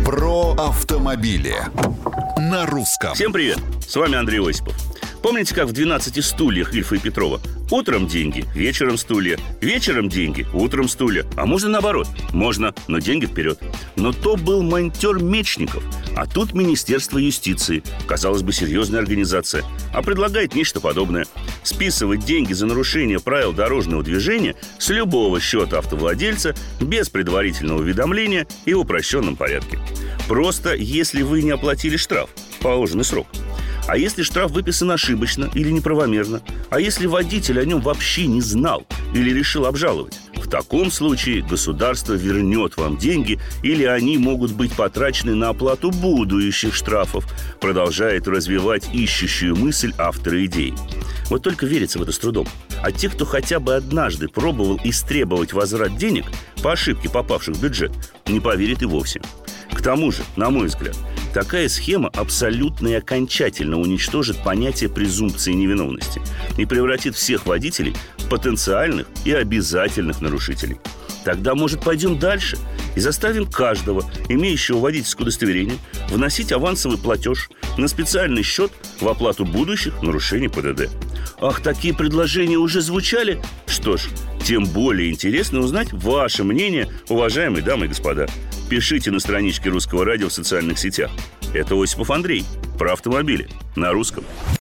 Про автомобили на русском. Всем привет, с вами Андрей Осипов. Помните, как в «12 стульях» Ильфа и Петрова? Утром деньги, вечером стулья, вечером деньги, утром стулья. А можно наоборот? Можно, но деньги вперед. Но то был монтер Мечников, а тут Министерство юстиции. Казалось бы, серьезная организация, а предлагает нечто подобное. Списывать деньги за нарушение правил дорожного движения с любого счета автовладельца без предварительного уведомления и в упрощенном порядке. Просто если вы не оплатили штраф в положенный срок. А если штраф выписан ошибочно или неправомерно? А если водитель о нем вообще не знал или решил обжаловать? В таком случае государство вернет вам деньги, или они могут быть потрачены на оплату будущих штрафов, продолжает развивать ищущую мысль автора идеи. Вот только верится в это с трудом. А те, кто хотя бы однажды пробовал истребовать возврат денег по ошибке, попавших в бюджет, не поверит и вовсе. К тому же, на мой взгляд, такая схема абсолютно и окончательно уничтожит понятие презумпции невиновности и превратит всех водителей в потенциальных и обязательных нарушителей. Тогда, может, пойдем дальше и заставим каждого, имеющего водительское удостоверение, вносить авансовый платеж на специальный счет в оплату будущих нарушений ПДД. Ах, такие предложения уже звучали? Что ж, тем более интересно узнать ваше мнение, уважаемые дамы и господа. Пишите на страничке Русского радио в социальных сетях. Это Осипов Андрей, про автомобили на русском.